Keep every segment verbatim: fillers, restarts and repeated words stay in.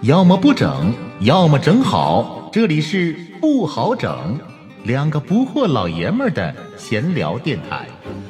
要么不整，要么整好。这里是不好整，两个不惑老爷们儿的闲聊电台。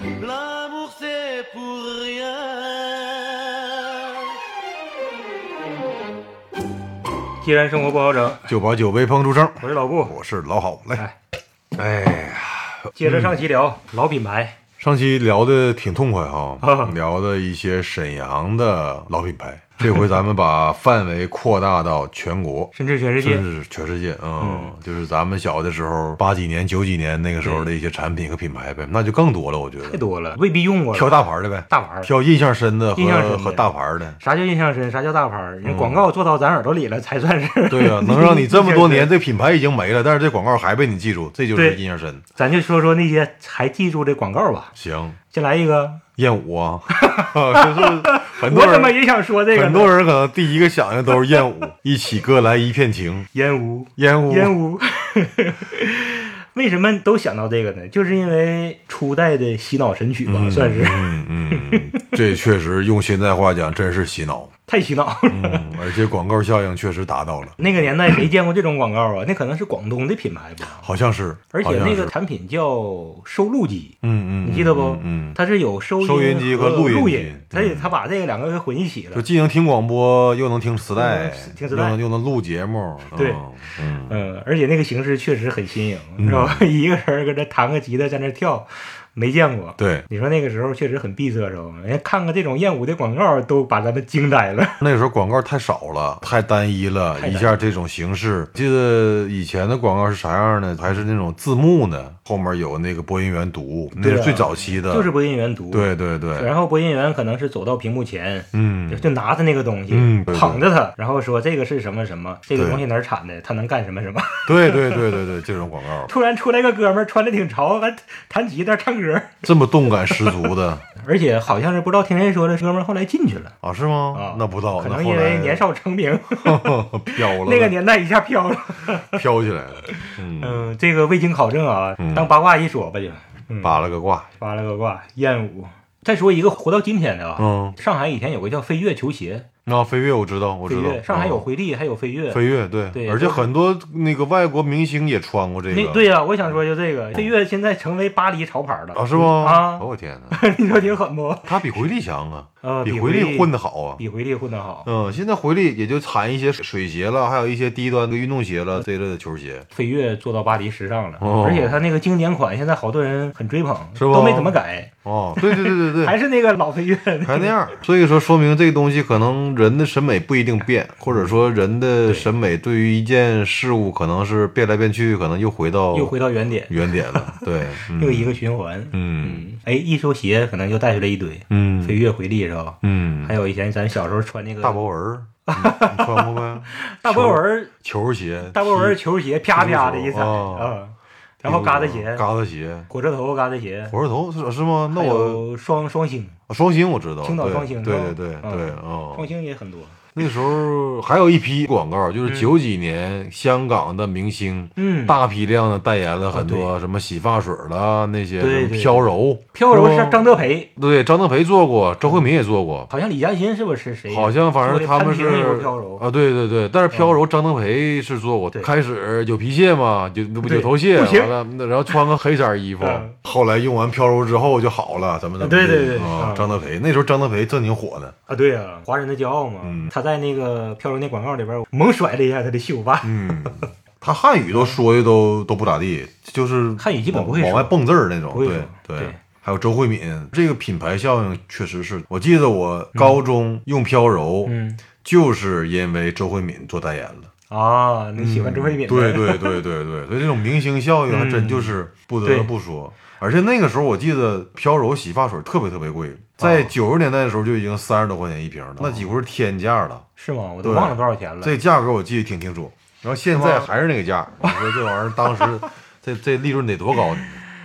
既然生活不好整， 就把酒杯碰出声。 我是老布， 我是老好。来，哎呀， 接着上期聊、嗯、老品牌。 上期聊的挺痛快哈、啊，聊的一些沈阳的老品牌。这回咱们把范围扩大到全国， 甚至全世界， 甚至全世界。嗯，嗯就是咱们小的时候，八几年、九几年那个时候的一些产品和品牌呗，那就更多了。我觉得太多了，未必用过。 挑大牌的呗， 大牌， 挑印象深的和印象深的和大牌的。 啥叫印象深？啥叫大牌？人广告做到咱耳朵里了，才算是。 对啊，能让你这么多年，这品牌已经没了，但是这广告还被你记住，这就是印象深。 咱就说说那些还记住的广告吧。 行， 先来一个燕舞啊，就是很多人我怎么也想说这个， 很多人可能第一个想的都是燕舞，一起歌来一片情， 燕舞， 燕舞， 燕舞。为什么都想到这个呢？就是因为初代的洗脑神曲吧， 嗯、 算是。 嗯嗯，这确实用现在话讲，真是洗脑。 太洗脑了、 嗯，而且广告效应确实达到了。 那个年代谁见过这种广告啊？那可能是广东的品牌吧？ 好像是。 而且那个产品叫收录机， 嗯嗯， 你记得不？ 嗯， 它是有收音收音机和录音机， 所以它把这个两个给混一起了， 就既能听广播，又能听磁带， 嗯、听磁带， 又能又能录节目。 对， 嗯嗯，而且那个形式确实很新颖，是吧？嗯、一个人搁这弹个吉他在那跳。没见过， 对， 你说那个时候确实很闭塞，是吧？人家看个这种燕舞的广告都把咱们惊呆了。 那个时候广告太少了，太单一了，一下这种形式。记得以前的广告是啥样呢？还是那种字幕呢，后面有那个播音员读，那是最早期的， 就是播音员读。 对对对。 然后播音员可能是走到屏幕前， 嗯， 就拿着那个东西， 嗯， 捧着它，然后说这个是什么什么，这个东西哪儿产的，它能干什么什么。 对对对对对，这种广告。 突然出来个哥们儿，穿的挺潮，还弹吉他唱歌， 这么动感十足的。 而且好像是不知道听谁说的，哥们儿后来进去了啊？是吗？ 啊， 那不知道， 可能因为年少成名， 飘了。 那个年代一下飘了， 飘起来了。 嗯、呃，这个未经考证啊，嗯、当八卦一说吧就， 嗯、扒了个卦， 扒了个卦，燕舞。再说一个活到今天的啊， 嗯， 上海以前有个叫飞跃球鞋。 啊，飞跃我知道，我知道， 上海有回力，嗯、还有飞跃， 飞跃对， 对， 而且很多那个外国明星也穿过这个。 对呀、啊，我想说就这个飞跃现在成为巴黎潮牌了啊？是吗？ 啊！ 我、哦、天哪， 你说挺狠不？ 他比回力强啊， 呃， 比回力混得好啊， 比回力混得好。 嗯，现在回力也就产一些水鞋了，还有一些低端的运动鞋了这一类的球鞋。 飞跃做到巴黎时尚了，哦、而且他那个经典款现在好多人很追捧， 是吧？ 都没怎么改。 哦，对对对对对， 还是那个老飞跃， 还那样。所以说，说明这个东西可能人的审美不一定变，或者说人的审美对于一件事物可能是变来变去，可能又回到又回到原点， 原点了。对， 嗯、又一个循环。嗯，哎、嗯，一说鞋可能就带出来一堆。嗯，飞跃回力是吧？嗯，还有以前咱小时候穿那个大博文。你, 你穿过没？ 大博文球鞋， 大博文球鞋，啪啪的一踩啊、哦，然后嘎达鞋， 嘎达鞋， 火车头嘎达鞋， 火车头是是吗？那我双双星， 双星我知道， 青岛双星， 对对对对嗯、 对，哦， 双星也很多。 那个时候还有一批广告，就是九几年香港的明星， 嗯， 大批量的代言了很多什么洗发水啦，那些对对飘柔， 飘柔是张德培， 对，张德培做过，周慧敏也做过， 好像李嘉欣是不是谁？ 好像反正他们是飘柔啊，对对对，但是飘柔张德培是做过，开始有皮屑嘛，就那不有头屑，完了，然后穿个黑色衣服，后来用完飘柔之后就好了，怎么怎么， 对对对， 啊，张德培那时候张德培正经火呢， 啊，对呀，华人的骄傲嘛，他在那个飘柔那广告里边猛甩了一下他的秀发， 嗯，他汉语都说的都都不咋地，就是汉语基本不会往外蹦字儿那种，对对。 还有周慧敏，这个品牌效应确实是我记得我高中用飘柔， 嗯， 就是因为周慧敏做代言了啊。你喜欢周慧敏？ 嗯、对对对对对，所以这种明星效应还真就是不得不说。而且那个时候我记得飘柔洗发水特别特别贵，在九十年代的时候就已经三十多块钱一瓶了，那几乎是天价了。 是吗？我都忘了多少钱了。 这价格我记得挺清楚。然后现在还是那个价，我说这玩意儿当时这这利润得多高呢？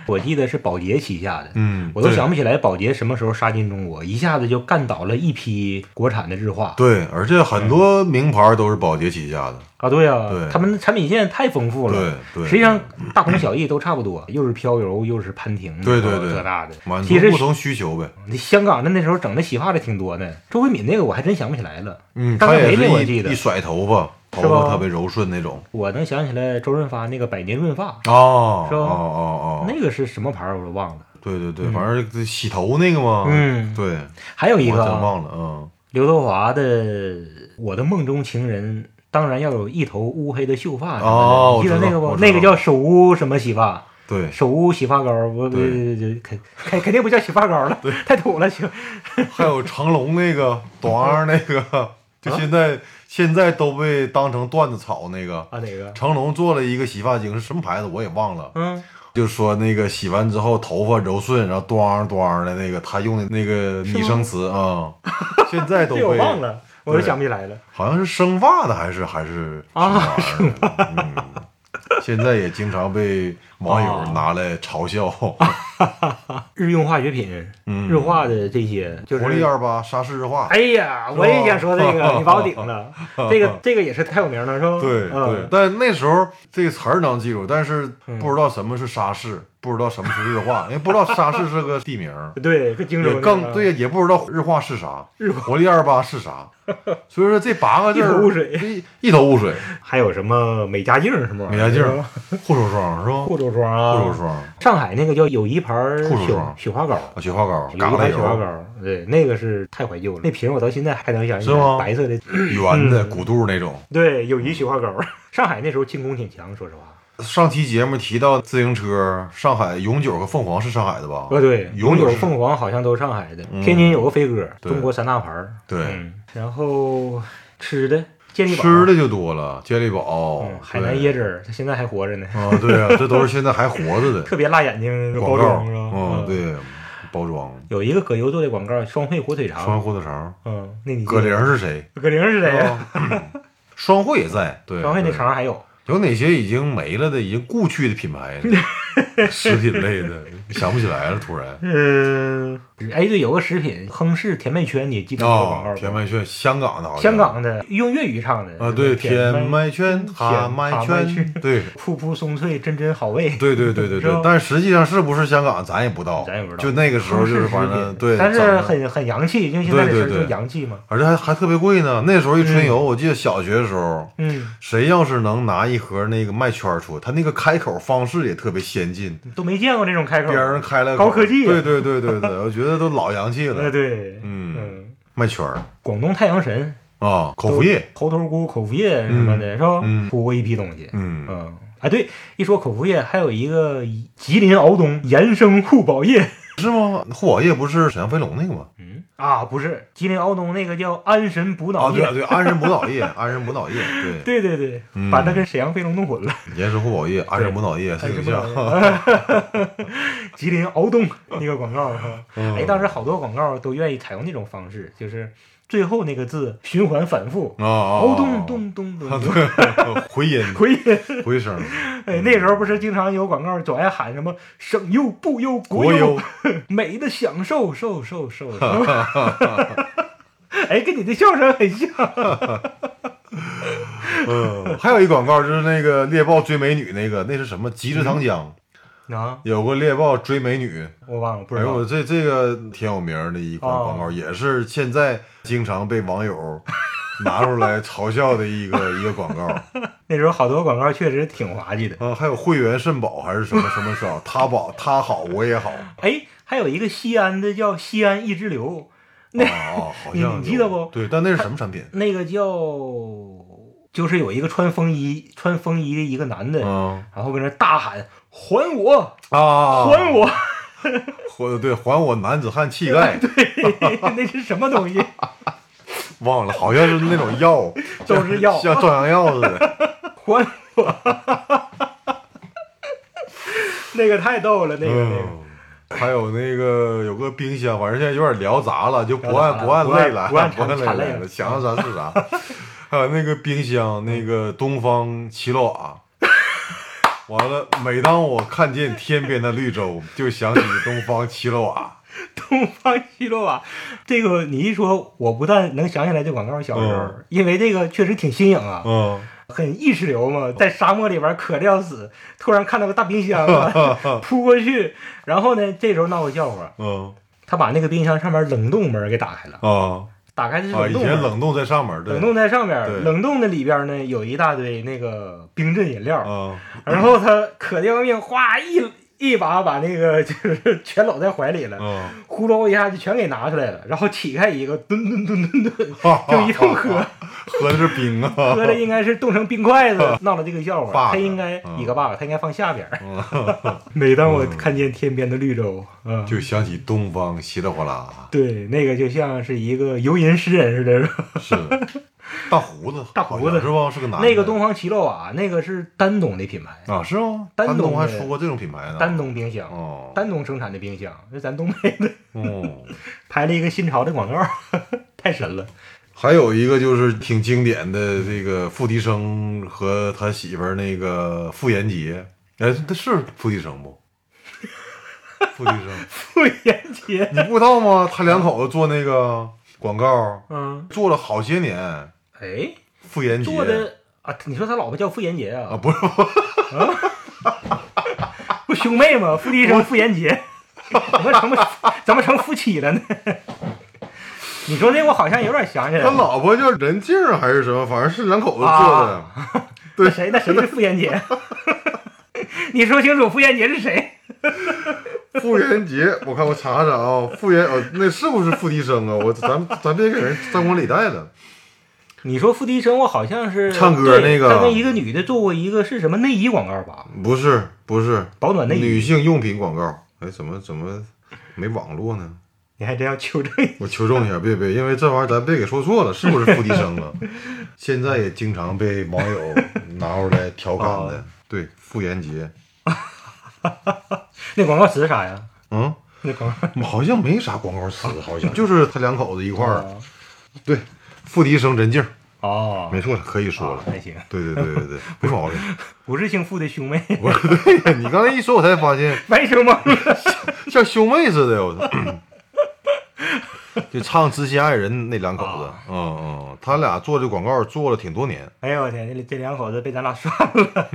我记得是宝洁旗下的， 嗯， 我都想不起来宝洁什么时候杀进中国，一下子就干倒了一批国产的日化。 对，而且很多名牌都是宝洁旗下的。 啊，对呀、啊， 对， 他们的产品线太丰富了， 对对， 实际上大同小异都差不多，又是飘柔，又是潘婷， 对对对， 这大的， 满足其实不同需求呗。 香港的那时候整的洗发的挺多的，周慧敏那个我还真想不起来了， 嗯， 张梅也是我记得一甩头发，头发特别柔顺那种。 我能想起来周润发那个百年润发， 哦， 是吧？ 哦哦哦， 那个是什么牌我都忘了。 对对对，反正洗头那个嘛， 嗯， 对。 还有一个、啊、 我真忘了，嗯， 刘德华的《我的梦中情人》。当然要有一头乌黑的秀发哦， 你记得那个不？那个叫手污什么洗发？ 对， 手污洗发膏，我肯肯肯定不叫洗发膏了， 对， 太土了。行， 还有成龙那个短那个，就现在、啊、现在都被当成段子炒那个啊，哪个？ 成龙做了一个洗发精是什么牌子我也忘了， 嗯， 就说那个洗完之后头发柔顺，然后端端的那个他用的那个拟声词啊、嗯，现在都被我忘了。我都想不起来了， 好像是生发的还是还是啊， 嗯，现在也经常被网友拿来嘲笑。 啊、日用化学品， 嗯， 日化的这些就是活力二八沙士日化。 哎呀，我也想说这个，你把我顶了。这个这个也是太有名了，是吧？ 对、 嗯、 对，但那时候这个词儿能记住，但是不知道什么是沙士。不知道什么是日化，因为不知道沙市是个地名， 对，更精准， 更对，也不知道日化是啥， 日化活力二八是啥，所以说这八个字一头雾水， 一头雾水。 还有什么美加净什么？ 美加净、护手霜是吧？ 护手霜啊， 护手霜。 上海那个叫友谊牌护手霜雪花膏， 啊，雪花膏， 友谊牌雪花膏，对，那个是太怀旧了，那瓶我到现在还能想起来，白色的圆的鼓肚那种。 对，友谊雪花膏，上海那时候进攻挺强，说实话。 上期节目提到自行车，上海永久和凤凰是上海的吧？ 呃，对， 永久凤凰好像都是上海的。嗯、天津有个飞鸽， 中国三大牌。 对、 嗯，然后吃的健力宝， 吃的就多了，健力宝、 嗯、海南椰汁，它现在还活着呢。 啊，对啊，这都是现在还活着的。 特别辣眼睛广告是吧？ 嗯，对，包装。 有一个葛优做的广告，双汇火腿肠。 双汇火腿肠。 嗯，那你葛玲是谁？ 葛玲是谁呀？ 双汇也在，对， 双汇那肠还有。 有哪些已经没了的、已经故去的品牌呢？食品类的想不起来了，突然。 嗯，哎，对，有个食品亨氏甜麦圈，你记得这个广告吗？ 甜麦圈，香港的，好像香港的，用粤语唱的啊，对，甜麦圈，哈麦圈，对， 噗噗松脆，真真好味。 对对对对对，但实际上是不是香港，咱也不知道， 咱也不知道。 就那个时候就是反正对， 但是很很洋气，因为现在的事就洋气嘛。 而且还还特别贵呢。那时候一春游，我记得小学的时候， 嗯， 谁要是能拿一盒那个麦圈出，他那个开口方式也特别先进， 都没见过这种开口， 别人开了高科技。 对对对对对，我觉得都老洋气了。 对， 嗯嗯，麦圈儿， 广东太阳神啊，口服液， 猴头菇口服液什么的，是吧？ 嗯， 出过一批东西。 嗯嗯，哎，对，一说口服液，还有一个吉林敖东延生护宝液。 是吗？护宝液不是沈阳飞龙那个吗？ 嗯啊，不是，吉林敖东那个叫安神补脑液。 啊，对对，安神补脑液，安神补脑液， 对对对对，嗯、把它跟沈阳飞龙弄混了。 延时护宝液，安神补脑液，挺像。 吉林敖东那个广告哈，嗯、哎，当时好多广告都愿意采用那种方式，就是最后那个字循环反复， 啊， 敖东咚咚咚咚， 回音回音回声。 哎，那时候不是经常有广告总爱喊什么省优不优国优，美的享受受受受。哎，跟你的笑声很像。 嗯，还有一广告就是那个猎豹追美女那个，那是什么？极致糖浆。 啊， 有个猎豹追美女， 我忘了，不知道。 哎呦，这这个挺有名的一款广告，哦、也是现在经常被网友拿出来嘲笑的一个一个广告。 那时候好多广告确实挺滑稽的啊，还有会员肾宝还是什么什么少，他宝他好我也好。 哎，还有一个西安的叫西安一直流，那哦，好像你记得不？ 对，但那是什么产品？ 那个叫就是有一个穿风衣穿风衣的一个男的， 嗯、 然后跟那大喊。还我啊！ 还我！ 还对，还我男子汉气概。 对，那是什么东西？ 忘了，好像是那种药， 都是药， 像壮阳药似的。 还我！那个太逗了，那个、嗯、 那个。还有那个有个冰箱，反正现在有点聊杂了，就不按不按类了， 不按不按类了，想啥是啥。还有那个冰箱，那个东方奇洛瓦。 完了，每当我看见天边的绿洲，就想起东方七罗瓦。 东方七罗瓦，这个你一说，我不但能想起来这广告小时候，嗯、因为这个确实挺新颖啊， 嗯， 很意识流嘛，在沙漠里边渴的要死，突然看到个大冰箱啊，扑过去，然后呢，这时候闹个笑话， 嗯， 他把那个冰箱上面冷冻门给打开了， 啊。 打开的是冷冻门、 啊，以前冷冻在上面，对， 冷冻在上面，冷冻的里边呢有一大堆那个冰镇饮料， 啊、 然后他渴的要命，哗一一把把那个就是全搂在怀里了， 啊、 呼噜一下就全给拿出来了，然后起开一个吨吨吨吨吨，就一通喝， 喝的是冰啊， 喝的应该是冻成冰块子，闹了这个笑话，他应该一个 bug，他应该放下边。每当我看见天边的绿洲， 嗯，就想起东方稀里哗啦。 对，那个就像是一个游吟诗人似的， 是的。大胡子， 大胡子是吧？是个男的。 那个东方奇洛瓦，那个是丹东的品牌啊，是吗？ 丹东还出过这种品牌呢。 丹东冰箱， 哦， 丹东生产的冰箱，是咱东北的。 哦， 拍了一个新潮的广告，太神了。 还有一个就是挺经典的，这个付笛声和他媳妇儿那个傅炎洁，哎，他是付笛声不？付笛声， 傅炎洁， 你不知道吗？他两口子做那个广告， 嗯， 做了好些年。 哎， 傅炎洁做的啊？你说他老婆叫傅炎洁啊？ 啊，不是， 啊、不兄妹吗？傅笛声、傅炎洁，怎么成怎么成夫妻了呢？你说这我好像有点想起来了。 他老婆叫任静还是什么？反正是两口子做的。 啊、对，谁？那谁是傅炎洁？你说清楚，傅炎洁是谁？ 傅炎洁，我看我查查啊，傅炎哦，那是不是付笛声啊？我咱咱别给人张冠李戴了。 你说付笛声，我好像是唱歌那个， 他跟一个女的做过一个是什么内衣广告吧？ 不是，不是保暖内衣， 女性用品广告。哎，怎么怎么没网络呢？ 你还真要求证一下？ 我求证一下，别别，因为这玩意儿咱别给说错了，是不是付笛声啊？现在也经常被网友拿出来调侃的。哦、对，傅炎洁。 那广告词是啥呀？ 嗯， 那广告好像没啥广告词，好像就是他两口子一块儿。哦、对，付笛声任静。 哦， 没错，可以说了， 还行。 对对对对对，没毛病。 不是姓傅的兄妹。 不是，对你刚才一说，我才发现没什么， 像兄妹似的，我操。就唱《知心爱人》那两口子，啊、嗯嗯，他俩做这广告做了挺多年。 哎呦我天，这这两口子被咱俩涮了。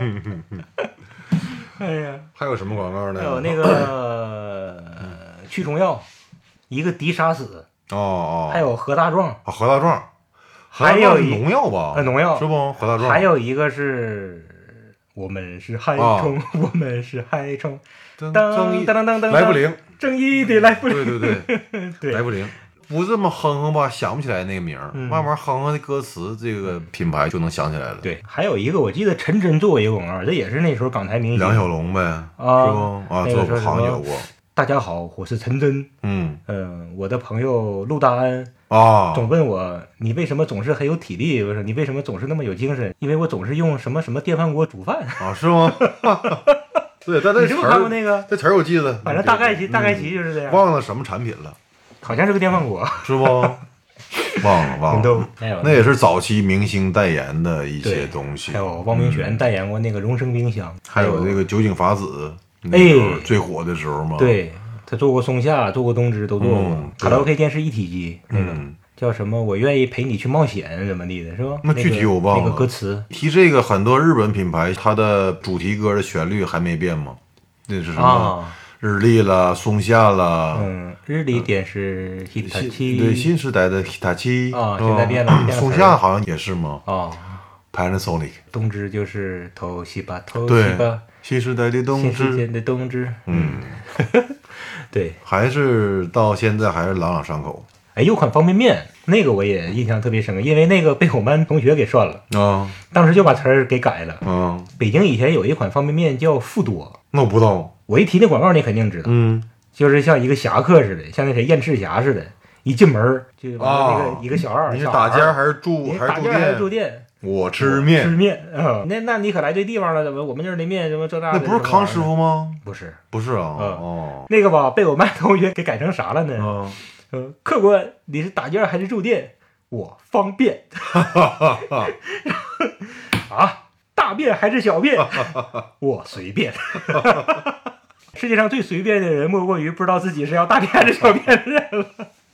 哎呀， 还有什么广告呢？ 还有那个驱虫药，一个敌杀死。 哦哦。 还有何大壮。 啊，何大壮。 还有一农药吧？ 农药是不？何大壮。 还有一个是，我们是害虫，啊、我们是害虫。 噔噔噔噔噔， 来不灵， 正义的来不灵。 对对对对，来不灵。不这么哼哼吧，想不起来那个名儿。嗯、慢慢哼哼的歌词，这个品牌就能想起来了。 对，还有一个我记得陈真做过一个广告，这也是那时候港台明星。 梁小龙呗， 啊、 是不？啊，做过好像有过。 大家好，我是陈真。 嗯嗯、呃，我的朋友陆大安啊， 总问我你为什么总是很有体力？我说你为什么总是那么有精神？因为我总是用什么什么电饭锅煮饭啊，是吗？对，但这词儿看过那个这词儿我记得， 反正大概其大概其就是这样。 忘了什么产品了， 好像是个电饭锅， 是不？忘了忘了，那也是早期明星代言的一些东西。 还有汪明荃代言过那个荣升冰箱， 还有那个酒井法子， 哎， 最火的时候嘛。 对，他做过松下，做过东芝，都做过。卡拉 OK 电视一体机，那个叫什么？我愿意陪你去冒险，怎么地的，是吧？ 那具体我忘了。 那个歌词提这个，很多日本品牌，它的主题歌的旋律还没变吗？那是什么？ 啊、 日立了，松下了。 嗯，日立电视 Hitachi， 对，新时代的 Hitachi 啊，现在变了。 嗯、松下好像也是吗？ 啊 ，Panasonic。 东芝就是头西吧，头西吧。 新时代的东芝， 新时间的东芝。 嗯， 对， 还是到现在还是朗朗上口。 哎，有款方便面，那个我也印象特别深刻，因为那个被我们班同学给涮了啊、哦， 当时就把词儿给改了。 嗯、哦， 北京以前有一款方便面叫富多， 那我不知道。 我一提那广告，你肯定知道。 嗯， 就是像一个侠客似的，像那谁燕赤霞似的，一进门就那个、哦、一个小二。 你是打尖还是住还是住店？ 还是住店？ 我吃面， 吃面啊！那那你可来对地方了，怎么我们这儿的面什么这那的？ 那不是康师傅吗？ 不是， 不是啊。 嗯、 哦， 那个吧，被我们班同学给改成啥了呢？ 嗯。 呃，客官，你是打尖还是住店？我方便。啊，大大便还是小便？我随便。世界上最随便的人，莫过于不知道自己是要大便还是小便的人了。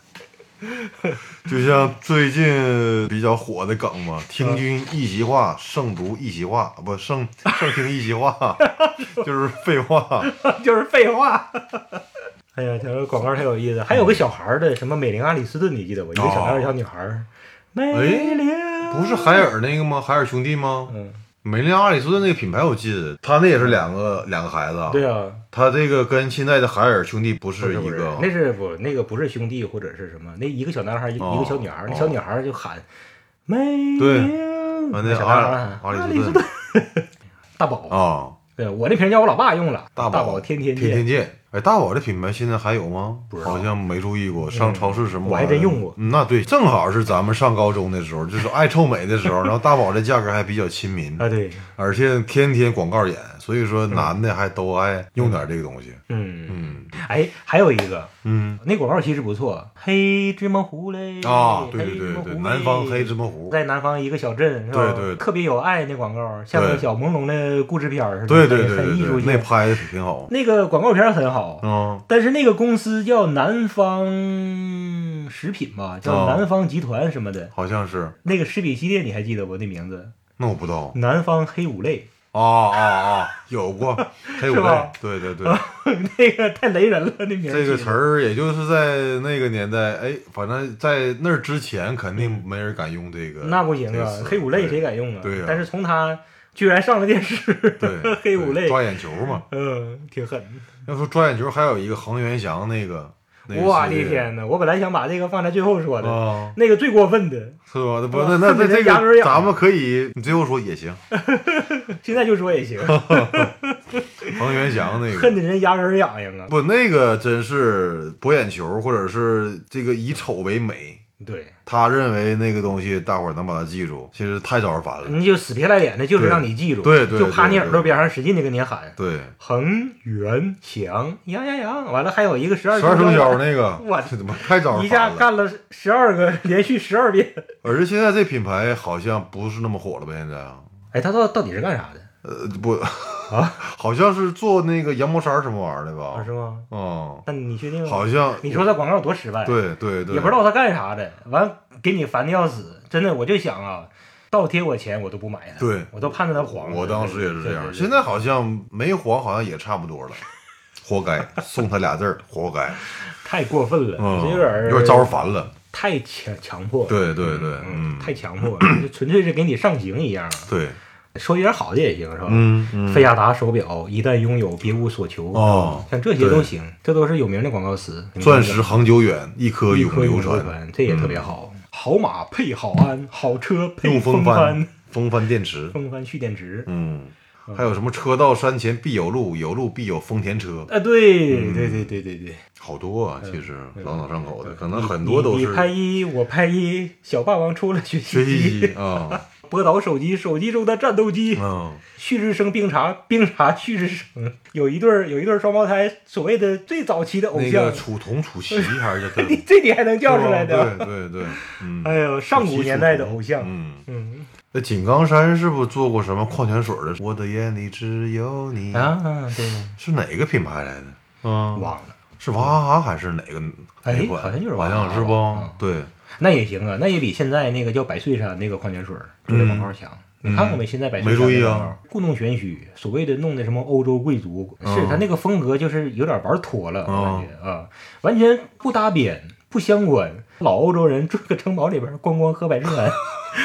就像最近比较火的梗嘛，听君一席话，胜读一席话，不胜胜听一席话，就是废话， 就是废话。哎呀，这个广告太有意思。还有个小孩的，什么美玲阿里斯顿，你记得不？一个小男孩小女孩，美玲， 不是海尔那个吗？海尔兄弟吗？ 嗯。 美玲阿里斯顿那个品牌我记得，他那也是两个两个孩子啊。 对啊， 他这个跟现在的海尔兄弟不是一个， 那是不那个不是兄弟或者是什么？那一个小男孩，一个小女孩，那小女孩就喊美玲， 那阿阿里斯顿大宝啊， 对我那瓶叫我老爸用了， 大宝天天天天见。哎，大宝这品牌现在还有吗？ 不知道， 好像没注意过。上超市什么我还真用过。 那对，正好是咱们上高中的时候，就是爱臭美的时候，然后大宝的价格还比较亲民啊，对， 而且天天广告演，所以说男的还都爱用点这个东西。 嗯嗯，哎，还有一个，嗯，那广告其实不错，黑芝麻糊嘞啊，对对对对，南方黑芝麻糊， 在南方一个小镇，是吧？ 对对， 特别有爱那广告，像个小朦胧的故事片似的， 对对对， 很艺术性， 那拍的挺好。 那个广告片很好， 嗯， 但是那个公司叫南方食品吧，叫南方集团什么的， 好像是那个食品系列，你还记得不？那名字？ 那我不知道。 南方黑五类。 啊啊啊！有过黑五类，对对对， 那个太雷人了，那名这个词儿，也就是在那个年代，哎，反正在那儿之前，肯定没人敢用这个。 那不行啊，黑五类谁敢用啊？ 对呀。 但是从他居然上了电视， 对， 黑五类抓眼球嘛， 嗯，挺狠。 要说抓眼球，还有一个恒源祥那个。 我的天哪！我本来想把这个放在最后说的， 哦、 那个最过分的是吧？不，那那那这个咱们可以，你最后说也行， 现在就说也行。 恒源祥那个， 恨的人牙根痒痒啊！ 不，那个真是博眼球，或者是这个以丑为美。 对， 他认为那个东西大伙儿能把它记住，其实太招人烦了。 你就死皮赖脸的，就是让你记住， 对对， 就趴你耳朵边上使劲的跟你喊。 对， 恒源祥，羊羊羊，完了还有一个十二十二生肖那个， 我这怎么太招人烦了？ 一下干了十二个，连续十二遍。 而且现在这品牌好像不是那么火了吧？现在啊， 哎，他到到底是干啥的？ 呃，不啊， 好像是做那个羊毛衫什么玩意儿的吧？ 啊，是吗？ 哦， 那你确定？ 好像你说他广告多失败？ 对对对， 也不知道他干啥的，完给你烦的要死。真的，我就想啊，倒贴我钱我都不买它， 对我都盼着它黄。 我当时也是这样， 对对对对现在好像没黄，好像也差不多了，活该，送他俩字儿，活该， 太过分了， 嗯、 这有点有点招人烦了， 太强强迫， 对对对， 嗯，嗯太强迫了，就纯粹是给你上刑一样啊。 对。 说一点好的也行，是吧？ 嗯嗯。 菲亚达手表一旦拥有，别无所求。 哦， 像这些都行，这都是有名的广告词。 钻石恒久远，一颗永流传，这也特别好。嗯、好马配好鞍，好车配风帆， 风帆电池， 风帆蓄电池。 嗯，还有什么车到山前必有路，有路必有丰田车。 啊，对对对对对对， 好多啊，其实朗朗上口的，可能很多都是。 你拍一，我拍一，小霸王出了学习机啊。 波导手机，手机中的战斗机， 嗯， 旭日升冰茶，冰茶旭日升，有一对儿有一对儿双胞胎，所谓的最早期的偶像， 那个楚童楚奇还是叫你这你还能叫出来的？ 对对对，嗯， 哎呦，上古年代的偶像， 嗯嗯。 那井冈山是不是做过什么矿泉水的？我的眼里只有你啊，对， 是哪个品牌来的？ 嗯，忘了， 是娃哈哈还是哪个？ 哎，好像就是娃哈哈，好像是不？对。 那也行啊，那也比现在那个叫百岁山那个矿泉水做的广告强。 嗯、 你看过没？现在百岁山没注意啊， 故弄玄虚，所谓的弄的什么欧洲贵族，嗯、是他那个风格就是有点玩脱了， 嗯、 我感觉啊，完全不搭边，不相关。老欧洲人住个城堡里边，咣咣喝百岁山，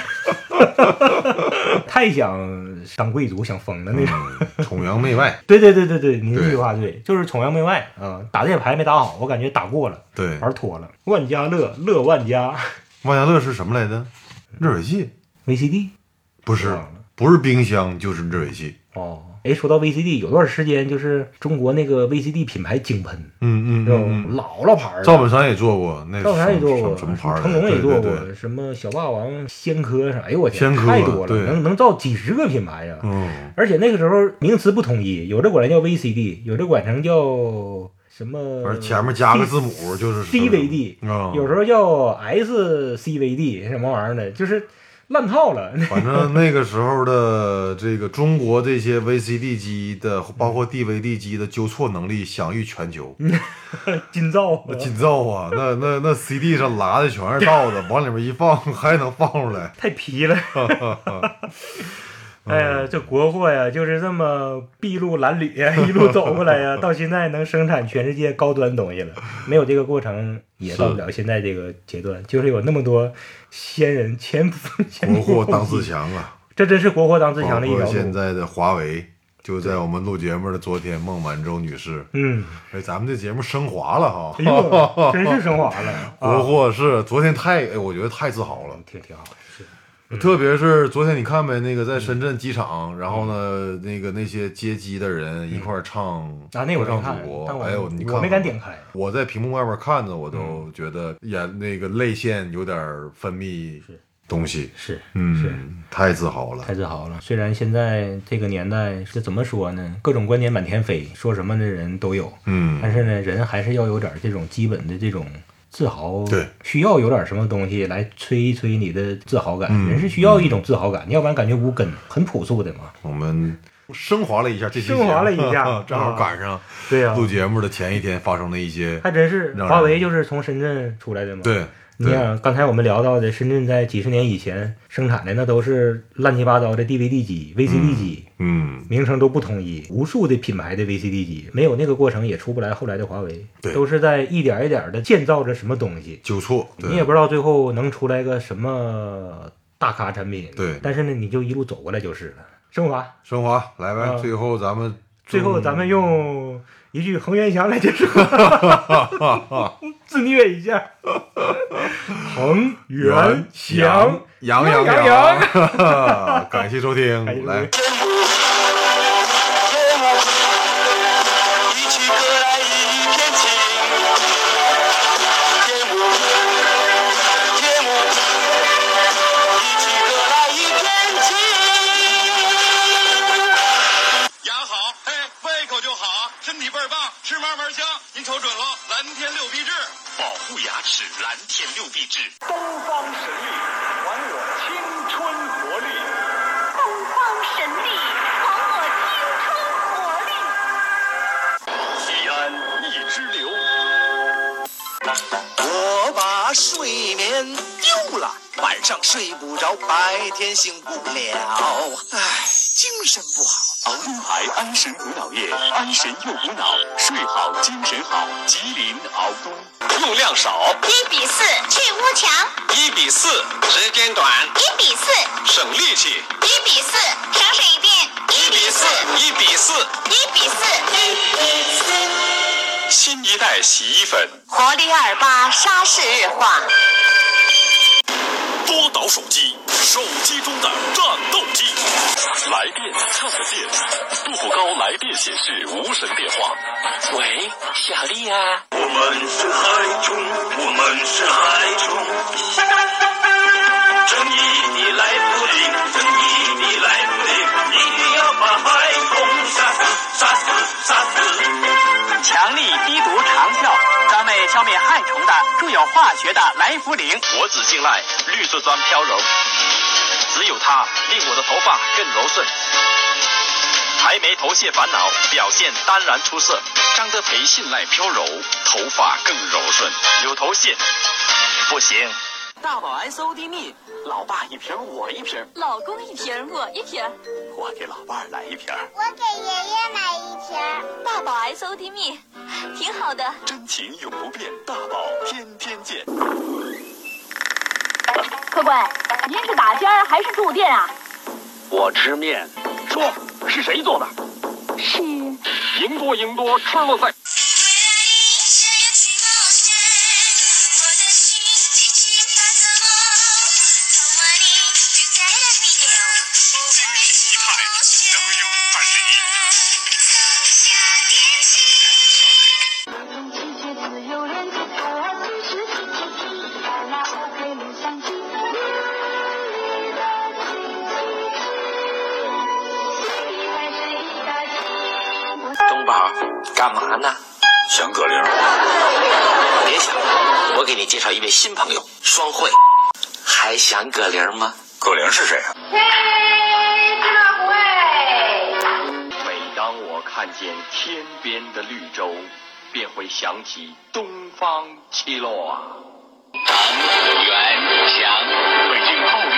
太想当贵族想疯了那种， 嗯、崇洋媚外。 对对对对对，你这句话对，就是崇洋媚外啊、嗯！打这牌没打好，我感觉打过了， 对， 玩脱了。万家乐，乐万家。 万家乐是什么来着？热水器 ，V C D， 不是，不是冰箱就是热水器。 哦，哎，说到 V C D， 有段时间就是中国那个 V C D 品牌井喷， 嗯嗯嗯， 嗯老了牌儿。 赵本山也做过，那赵本山也做过， 什么牌？ 成龙也做过， 对对对， 什么小霸王、仙科啥？哎呦我天， 仙科太多了， 对能能造几十个品牌呀。 嗯， 而且那个时候名词不统一，有的管它叫 V C D， 有的管成叫。什么？ 而前面加个字母就是 C V D，、 嗯、 有时候叫 S C V D 什么玩意儿的，就是烂套了。 反正那个时候的这个中国这些 V C D 机的，包括 D V D 机的纠错能力享誉全球。 金造， 金造啊，那那那 C D 上拉的全是道子，往里面一放还能放出来， 太皮了。哎呀，这国货呀，就是这么筚路蓝缕呀，一路走过来呀，到现在能生产全世界高端东西了。没有这个过程，也到不了现在这个阶段。就是有那么多先人前仆国货当自强啊， 这真是国货当自强的一条路。 现在的华为就在我们录节目的昨天，孟晚舟女士， 嗯， 哎，咱们这节目升华了哈， 哎呦，真是升华了。 国货是昨天太，哎，我觉得太自豪了， 挺挺好。 特别是昨天你看呗，那个在深圳机场，然后呢，那个那些接机的人一块唱啊，那我唱看， 祖国， 但我哎呦，你看我没敢点开， 我在屏幕外边看着，我都觉得眼那个泪腺有点分泌东西， 是， 嗯， 是太自豪了， 太自豪了。虽然现在这个年代是怎么说呢，各种观点满天飞，说什么的人都有， 嗯， 但是呢，人还是要有点这种基本的这种。自豪， 对， 需要有点什么东西来吹一吹你的自豪感。 嗯、 人是需要一种自豪感，嗯、要不然感觉无根，很朴素的嘛。 我们升华了一下这期节目， 升华了一下， 正好赶上对呀， 录节目的前一天发生的一些， 还真是华为就是从深圳出来的嘛。 对。 你看，刚才我们聊到的，深圳在几十年以前生产的那都是乱七八糟的 D V D 机、V C D 机， 嗯，嗯名称都不统一，无数的品牌的 V C D 机，没有那个过程也出不来后来的华为，都是在一点一点的建造着什么东西， 纠错， 你也不知道最后能出来个什么大咖产品， 对， 但是呢，你就一路走过来就是了。升华， 升华，来呗， 啊、 最后咱们， 最后咱们用一句恒源祥来结束，自虐一下。恒源祥， 羊羊羊羊，感谢收听，来。 蓝天六必治，东方神力还我青春活力， 东方神力还我青春活力， 西安一支流。 我把睡眠丢了，晚上睡不着，白天醒不了，唉，精神不好。 熬鹰牌安神补脑液，安神又补脑，睡好精神好。吉林熬东。用量少， 一比四去污强， 一比四时间短， 一比四省力气， 一比四省水电， 一比四一比四一比四一比四。 新一代洗衣粉， 活力二八沙士日化。 多导手机，手机中的战斗机。来电看得见，步步高来电显示无声电话。喂，小丽啊， 我们是海虫，我们是海虫。正义你来不灵，正义你来不灵，一定要把海虫杀死，杀死，杀死。 强力低毒长效，专为消灭害虫的，具有化学的来福灵。 我只信赖绿色砖飘柔，只有它令我的头发更柔顺。还没头屑烦恼，表现当然出色。张德培信赖飘柔，头发更柔顺。有头屑不行。 大宝 S O D 蜜，老爸一瓶我一瓶， 老公一瓶我一瓶， 我给老伴儿来一瓶， 我给爷爷买一瓶。 大宝 S O D 蜜，挺好的。 真情永不变，大宝天天见。 客官，您是打尖还是住店啊？ 我吃面。说是谁做的？ 是赢多赢多吃了再。 东宝，干嘛呢？ 想葛玲。 别想，我给你介绍一位新朋友，双汇。还想葛玲吗？ 葛玲是谁啊？ 嘿，知道不会？ 每当我看见天边的绿洲，便会想起东方七落啊。 长子袁祥，北京奥